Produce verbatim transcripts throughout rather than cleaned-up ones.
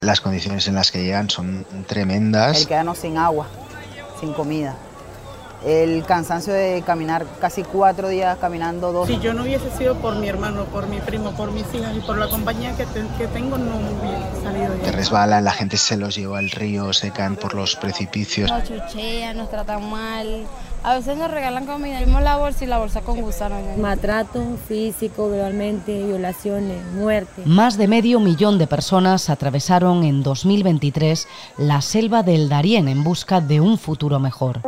las condiciones en las que llegan son tremendas. El quedarnos sin agua, sin comida. El cansancio de caminar casi cuatro días caminando dos. Si yo no hubiese sido por mi hermano, por mi primo, por mis hijas y por la compañía que, te, que tengo, no hubiese salido de ahí. Que resbalan, la gente se los lleva al río, se caen por los precipicios. Nos chuchean, nos tratan mal. A veces nos regalan comida, vimos la bolsa y la bolsa con gusano. Maltrato físico, verbalmente, violaciones, muerte. Más de medio millón de personas atravesaron en dos mil veintitrés la selva del Darién en busca de un futuro mejor.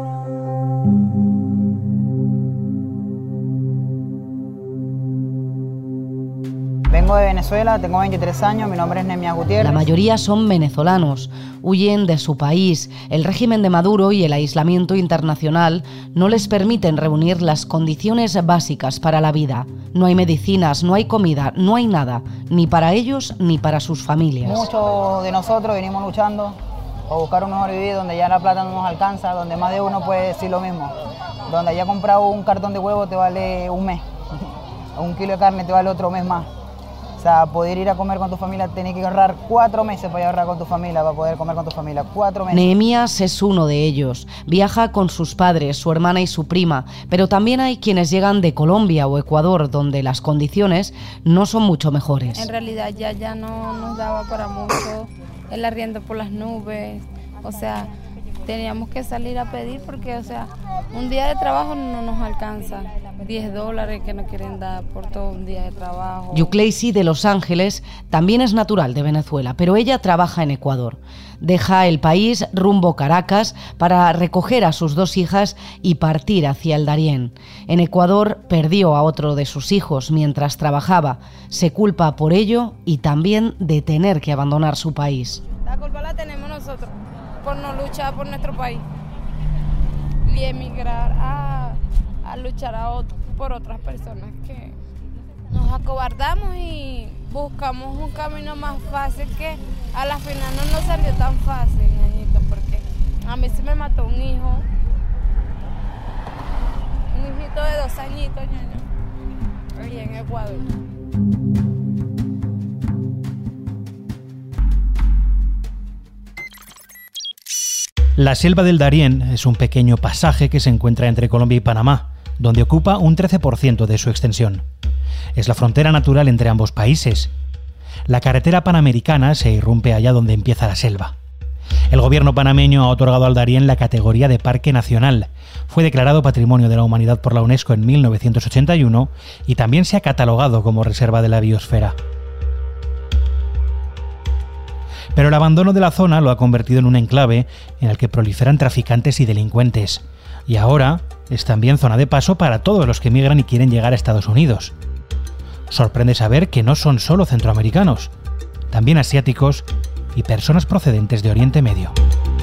Vengo de Venezuela, tengo veintitrés años, mi nombre es Nemia Gutiérrez. La mayoría son venezolanos, huyen de su país. El régimen de Maduro y el aislamiento internacional no les permiten reunir las condiciones básicas para la vida. No hay medicinas, no hay comida, no hay nada, ni para ellos ni para sus familias. Muchos de nosotros venimos luchando por buscar un mejor vivir donde ya la plata no nos alcanza, donde más de uno puede decir lo mismo. Donde haya comprado un cartón de huevo te vale un mes, un kilo de carne te vale otro mes más. O sea, poder ir a comer con tu familia, tenés que ahorrar cuatro meses para ir a ahorrar con tu familia, para poder comer con tu familia, cuatro meses. Nehemías es uno de ellos. Viaja con sus padres, su hermana y su prima, pero también hay quienes llegan de Colombia o Ecuador, donde las condiciones no son mucho mejores. En realidad ya, ya no nos daba para mucho, el arriendo por las nubes, o sea, teníamos que salir a pedir porque, o sea, un día de trabajo no nos alcanza. diez dólares que nos quieren dar por todo un día de trabajo. Yucleisi de Los Ángeles también es natural de Venezuela, pero ella trabaja en Ecuador. Deja el país rumbo Caracas para recoger a sus dos hijas y partir hacia el Darién. En Ecuador perdió a otro de sus hijos mientras trabajaba. Se culpa por ello y también de tener que abandonar su país. La culpa la tenemos nosotros por no luchar por nuestro país y emigrar a, a luchar a otro, por otras personas que nos acobardamos y buscamos un camino más fácil que a la final no nos salió tan fácil, ñañito, porque a mí se me mató un hijo, un hijito de dos añitos, ñaño, ahí en Ecuador. La selva del Darién es un pequeño pasaje que se encuentra entre Colombia y Panamá, donde ocupa un trece por ciento de su extensión. Es la frontera natural entre ambos países. La carretera panamericana se irrumpe allá donde empieza la selva. El gobierno panameño ha otorgado al Darién la categoría de Parque Nacional. Fue declarado Patrimonio de la Humanidad por la UNESCO en mil novecientos ochenta y uno y también se ha catalogado como Reserva de la Biosfera. Pero el abandono de la zona lo ha convertido en un enclave en el que proliferan traficantes y delincuentes. Y ahora es también zona de paso para todos los que migran y quieren llegar a Estados Unidos. Sorprende saber que no son solo centroamericanos, también asiáticos y personas procedentes de Oriente Medio.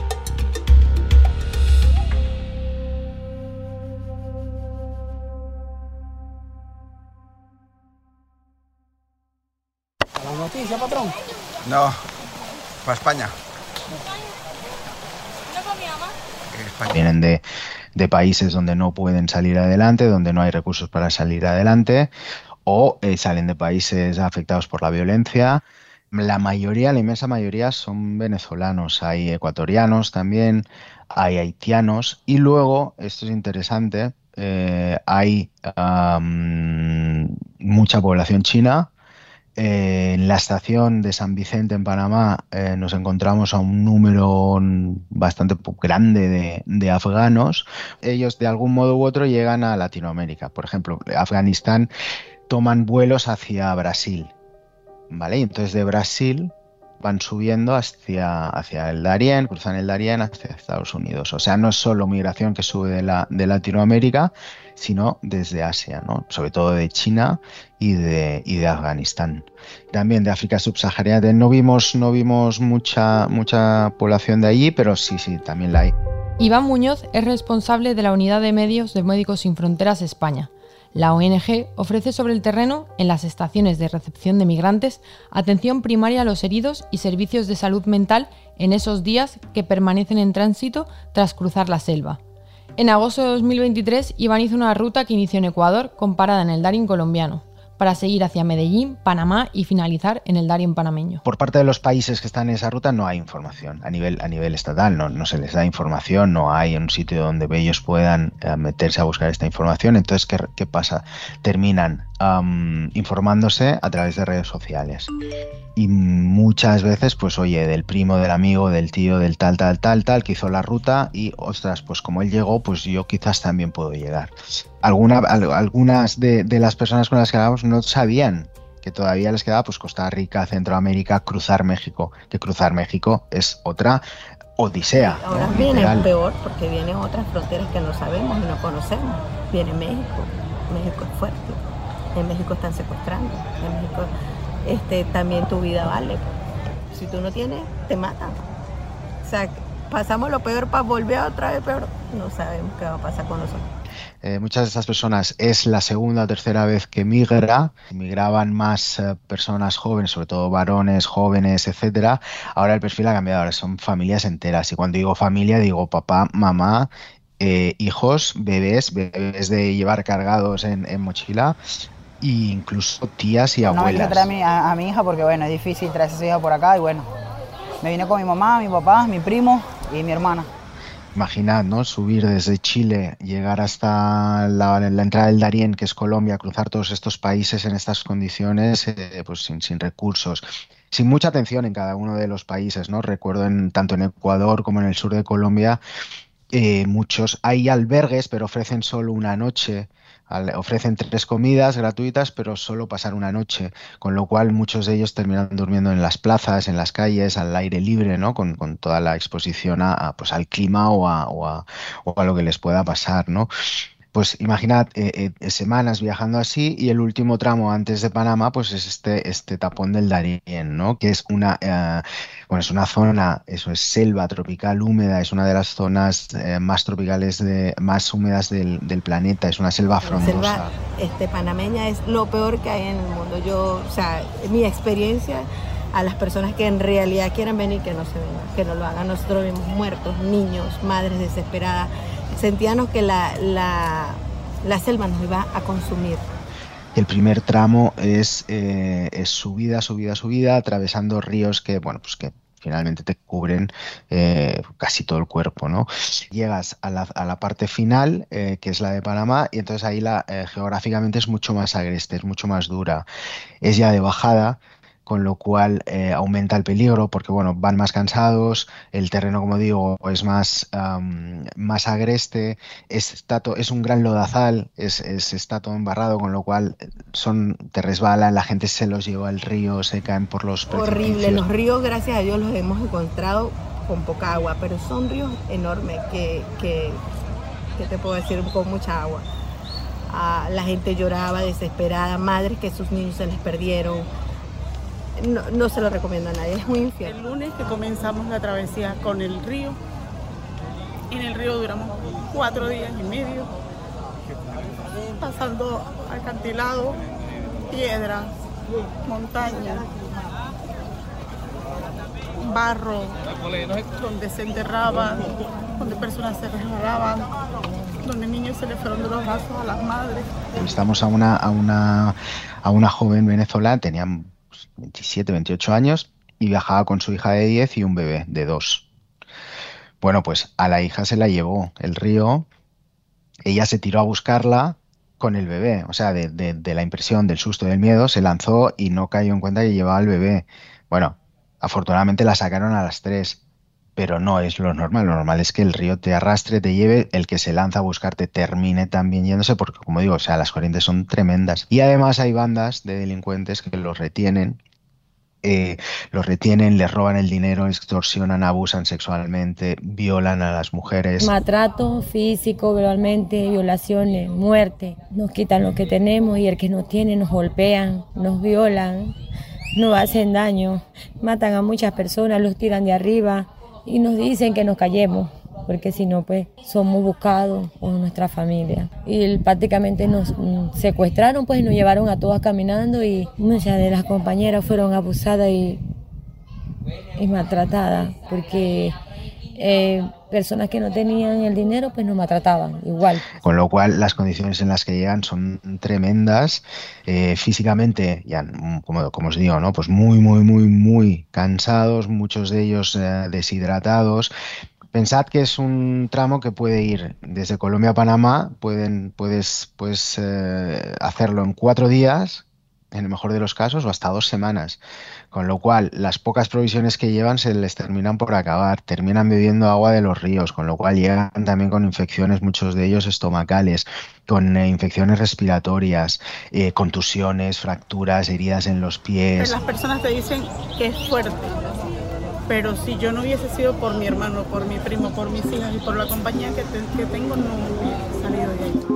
¿La noticia, patrón? No, para España. Vienen de, de países donde no pueden salir adelante, donde no hay recursos para salir adelante, o eh, salen de países afectados por la violencia. La mayoría, la inmensa mayoría son venezolanos, hay ecuatorianos también, hay haitianos y luego, esto es interesante, eh, hay um, mucha población china. Eh, en la estación de San Vicente en Panamá eh, nos encontramos a un número bastante grande de, de afganos. Ellos de algún modo u otro llegan a Latinoamérica. Por ejemplo, Afganistán toman vuelos hacia Brasil, ¿vale? Y entonces de Brasil van subiendo hacia, hacia el Darién, cruzan el Darién hacia Estados Unidos. O sea, no es solo migración que sube de, la, de Latinoamérica, sino desde Asia, ¿no? Sobre todo de China y de, y de Afganistán. También de África subsahariana no vimos, no vimos mucha, mucha población de allí, pero sí, sí, también la hay. Iván Muñoz es responsable de la Unidad de Medios de Médicos Sin Fronteras España. La O N G ofrece sobre el terreno, en las estaciones de recepción de migrantes, atención primaria a los heridos y servicios de salud mental en esos días que permanecen en tránsito tras cruzar la selva. En agosto de dos mil veintitrés, Iván hizo una ruta que inició en Ecuador con parada en el Darién colombiano. para seguir hacia Medellín, Panamá y finalizar en el Darién panameño. Por parte de los países que están en esa ruta no hay información a nivel, a nivel estatal, no, no se les da información, no hay un sitio donde ellos puedan uh, meterse a buscar esta información. Entonces, ¿qué, qué pasa? Terminan um, informándose a través de redes sociales. Y muchas veces, pues oye, del primo, del amigo, del tío, del tal, tal, tal, tal, que hizo la ruta y, ostras, pues como él llegó, pues yo quizás también puedo llegar. Alguna, algunas de, de las personas con las que hablamos no sabían que todavía les quedaba pues Costa Rica, Centroamérica, cruzar México, que cruzar México es otra odisea. Ahora ¿no? viene Literal. peor porque vienen otras fronteras que no sabemos y no conocemos. Viene México, México es fuerte, en México están secuestrando, en México este, también tu vida vale. Si tú no tienes, te matan. O sea, pasamos lo peor para volver otra vez peor, no sabemos qué va a pasar con nosotros. Eh, muchas de estas personas es la segunda o tercera vez que migra, migraban más eh, personas jóvenes, sobre todo varones, jóvenes, etcétera. Ahora el perfil ha cambiado, ahora son familias enteras. Y cuando digo familia, digo papá, mamá, eh, hijos, bebés, bebés de llevar cargados en, en mochila, e incluso tías y No, abuelas. me quise traer a mi, a, a mi hija porque bueno, es difícil traerse a su hija por acá y bueno, me vine con mi mamá, mi papá, mi primo y mi hermana. Imaginad, ¿no? Subir desde Chile, llegar hasta la, la entrada del Darién, que es Colombia, cruzar todos estos países en estas condiciones, eh, pues sin, sin recursos, sin mucha atención en cada uno de los países, ¿no? Recuerdo en, tanto en Ecuador como en el sur de Colombia, eh, muchos, hay albergues, pero ofrecen solo una noche. Ofrecen tres comidas gratuitas, pero solo pasar una noche, con lo cual muchos de ellos terminan durmiendo en las plazas, en las calles, al aire libre, ¿no? Con, con toda la exposición a, a, pues, al clima o a, o, a, o a lo que les pueda pasar, ¿no? Pues imaginad eh, eh, semanas viajando así y el último tramo antes de Panamá pues es este, este tapón del Darién, ¿no? Que es una, eh, bueno, es una zona, eso es selva tropical húmeda, es una de las zonas eh, más tropicales, de, más húmedas del, del planeta, es una selva frondosa. La selva este, panameña es lo peor que hay en el mundo. Yo, o sea, mi experiencia a las personas que en realidad quieran venir, que no se vengan, que no lo hagan. Nosotros vimos muertos, niños, madres desesperadas. Sentíamos que la, la, la selva nos iba a consumir. El primer tramo es, eh, es subida, subida, subida, atravesando ríos que, bueno, pues que finalmente te cubren eh, casi todo el cuerpo, ¿no? Llegas a la, a la parte final, eh, que es la de Panamá, y entonces ahí la, eh, geográficamente es mucho más agreste, es mucho más dura. Es ya de bajada, con lo cual eh, aumenta el peligro porque bueno, van más cansados, el terreno, como digo, es más, um, más agreste, es, está to, es un gran lodazal, es, es, está todo embarrado, con lo cual son, te resbalan, la gente se los lleva al río, se caen por los precipicios. Horrible, los ríos, gracias a Dios, los hemos encontrado con poca agua, pero son ríos enormes que, que, que te puedo decir, con mucha agua. Ah, la gente lloraba desesperada, madres que sus niños se les perdieron. No, no se lo recomiendo a nadie, es muy infierno. El lunes que comenzamos la travesía con el río, en el río duramos cuatro días y medio, pasando acantilados, piedras, montañas, barro, donde se enterraban, donde personas se resbalaban, donde niños se les fueron de los brazos a las madres. Estamos a una, a una, a una joven venezolana, tenía veintisiete, veintiocho años y viajaba con su hija de diez y un bebé de dos. Bueno, pues a la hija se la llevó el río, ella se tiró a buscarla con el bebé, o sea, de, de, de la impresión, del susto, del miedo, se lanzó y no cayó en cuenta que llevaba el bebé. Bueno, afortunadamente la sacaron a las tres, pero no es lo normal. Lo normal es que el río te arrastre, te lleve, el que se lanza a buscarte termine también yéndose, porque como digo, o sea, las corrientes son tremendas. Y además hay bandas de delincuentes que los retienen, eh, los retienen, les roban el dinero, extorsionan, abusan sexualmente, violan a las mujeres. Maltrato físico, verbalmente, violaciones, muerte. Nos quitan lo que tenemos y el que no tiene nos golpean, nos violan, nos hacen daño, matan a muchas personas, los tiran de arriba. Y nos dicen que nos callemos, porque si no, pues somos buscados por nuestra familia. Y prácticamente nos secuestraron, pues nos llevaron a todas caminando y muchas de las compañeras fueron abusadas y, y maltratadas, porque Eh, personas que no tenían el dinero pues nos maltrataban igual. Con lo cual las condiciones en las que llegan son tremendas, eh, físicamente ya como, como os digo, ¿no? Pues muy muy muy muy cansados, muchos de ellos eh, deshidratados. Pensad que es un tramo que puede ir desde Colombia a Panamá, pueden puedes pues eh, hacerlo en cuatro días en el mejor de los casos, o hasta dos semanas. Con lo cual, las pocas provisiones que llevan se les terminan por acabar, terminan bebiendo agua de los ríos, con lo cual llegan también con infecciones, muchos de ellos estomacales, con eh, infecciones respiratorias, eh, contusiones, fracturas, heridas en los pies. Las personas te dicen que es fuerte, pero si yo no hubiese sido por mi hermano, por mi primo, por mis hijas y por la compañía que, te, que tengo, no hubiese salido de ahí.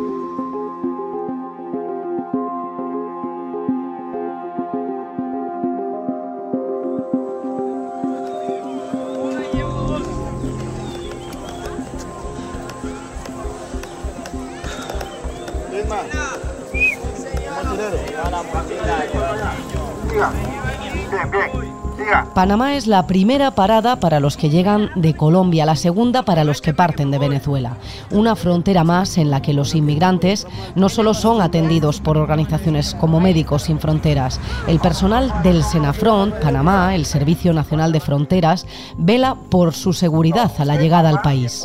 Panamá es la primera parada para los que llegan de Colombia, la segunda para los que parten de Venezuela. Una frontera más en la que los inmigrantes no solo son atendidos por organizaciones como Médicos Sin Fronteras. El personal del Senafront, Panamá, el Servicio Nacional de Fronteras, vela por su seguridad a la llegada al país.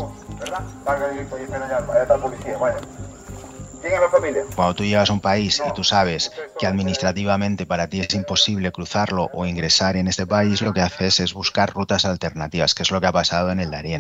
Cuando tú llegas a un país y tú sabes que administrativamente para ti es imposible cruzarlo o ingresar en este país, lo que haces es buscar rutas alternativas, que es lo que ha pasado en el Darién.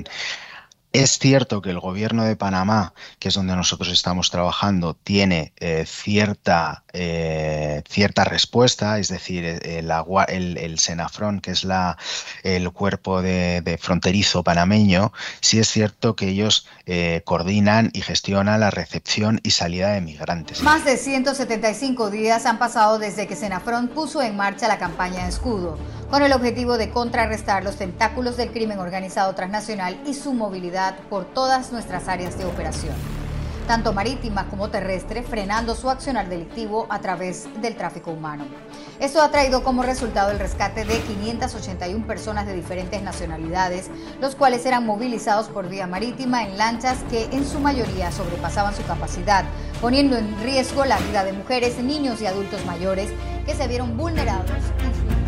Es cierto que el gobierno de Panamá, que es donde nosotros estamos trabajando, tiene eh, cierta, eh, cierta respuesta, es decir, el, el, el Senafront, que es la, el cuerpo de, de fronterizo panameño, sí es cierto que ellos eh, coordinan y gestionan la recepción y salida de migrantes. Más de ciento setenta y cinco días han pasado desde que Senafront puso en marcha la campaña Escudo, con el objetivo de contrarrestar los tentáculos del crimen organizado transnacional y su movilidad por todas nuestras áreas de operación, tanto marítima como terrestre, frenando su accionar delictivo a través del tráfico humano. Esto ha traído como resultado el rescate de quinientas ochenta y una personas de diferentes nacionalidades, los cuales eran movilizados por vía marítima en lanchas que en su mayoría sobrepasaban su capacidad, poniendo en riesgo la vida de mujeres, niños y adultos mayores que se vieron vulnerados en su integridad.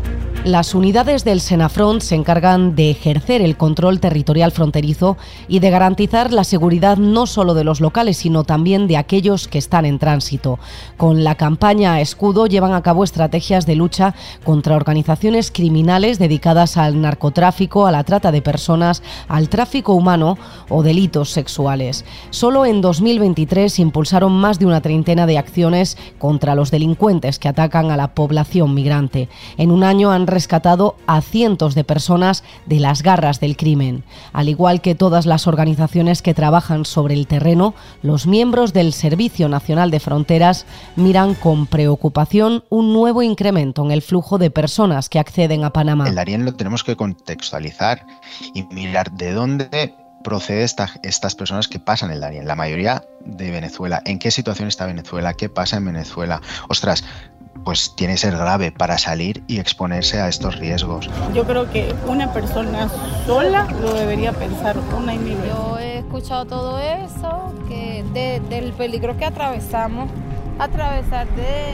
Las unidades del Senafront se encargan de ejercer el control territorial fronterizo y de garantizar la seguridad no solo de los locales, sino también de aquellos que están en tránsito. Con la campaña Escudo llevan a cabo estrategias de lucha contra organizaciones criminales dedicadas al narcotráfico, a la trata de personas, al tráfico humano o delitos sexuales. Solo en dos mil veintitrés impulsaron más de una treintena de acciones contra los delincuentes que atacan a la población migrante. En un año han rescatado a cientos de personas de las garras del crimen. Al igual que todas las organizaciones que trabajan sobre el terreno, los miembros del Servicio Nacional de Fronteras miran con preocupación un nuevo incremento en el flujo de personas que acceden a Panamá. El Darién lo tenemos que contextualizar y mirar de dónde procede esta, estas personas que pasan el Darién. La mayoría de Venezuela. ¿En qué situación está Venezuela? ¿Qué pasa en Venezuela? Ostras, pues tiene que ser grave para salir y exponerse a estos riesgos. Yo creo que una persona sola lo debería pensar una y mil veces. Yo he escuchado todo eso, que de, del peligro que atravesamos, atravesar de,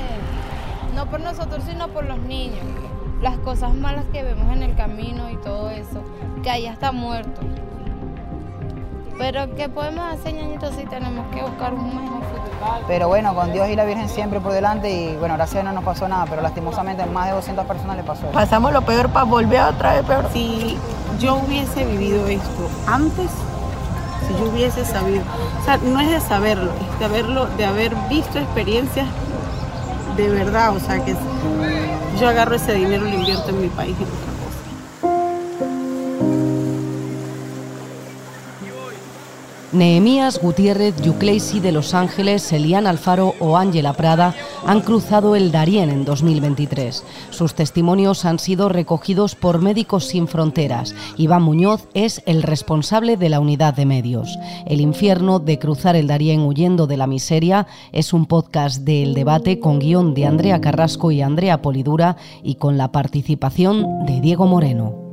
no por nosotros, sino por los niños, las cosas malas que vemos en el camino y todo eso, que ahí está muerto. Pero ¿qué podemos hacer, ñañitos, si tenemos que buscar un mejor futuro? Pero bueno, con Dios y la Virgen siempre por delante y bueno, gracias a Dios no nos pasó nada, pero lastimosamente más de doscientas personas le pasó. Pasamos lo peor para volver otra vez peor. Si yo hubiese vivido esto antes, si yo hubiese sabido, o sea, no es de saberlo, es de haberlo, de haber visto experiencias de verdad, o sea, que yo agarro ese dinero y lo invierto en mi país. Nehemías Gutiérrez, Yucleisi de Los Ángeles, Eliana Alfaro o Ángela Prada han cruzado el Darién en dos mil veintitrés. Sus testimonios han sido recogidos por Médicos Sin Fronteras. Iván Muñoz es el responsable de la unidad de medios. El infierno de cruzar el Darién huyendo de la miseria es un podcast de El Debate con guión de Andrea Carrasco y Andrea Polidura y con la participación de Diego Moreno.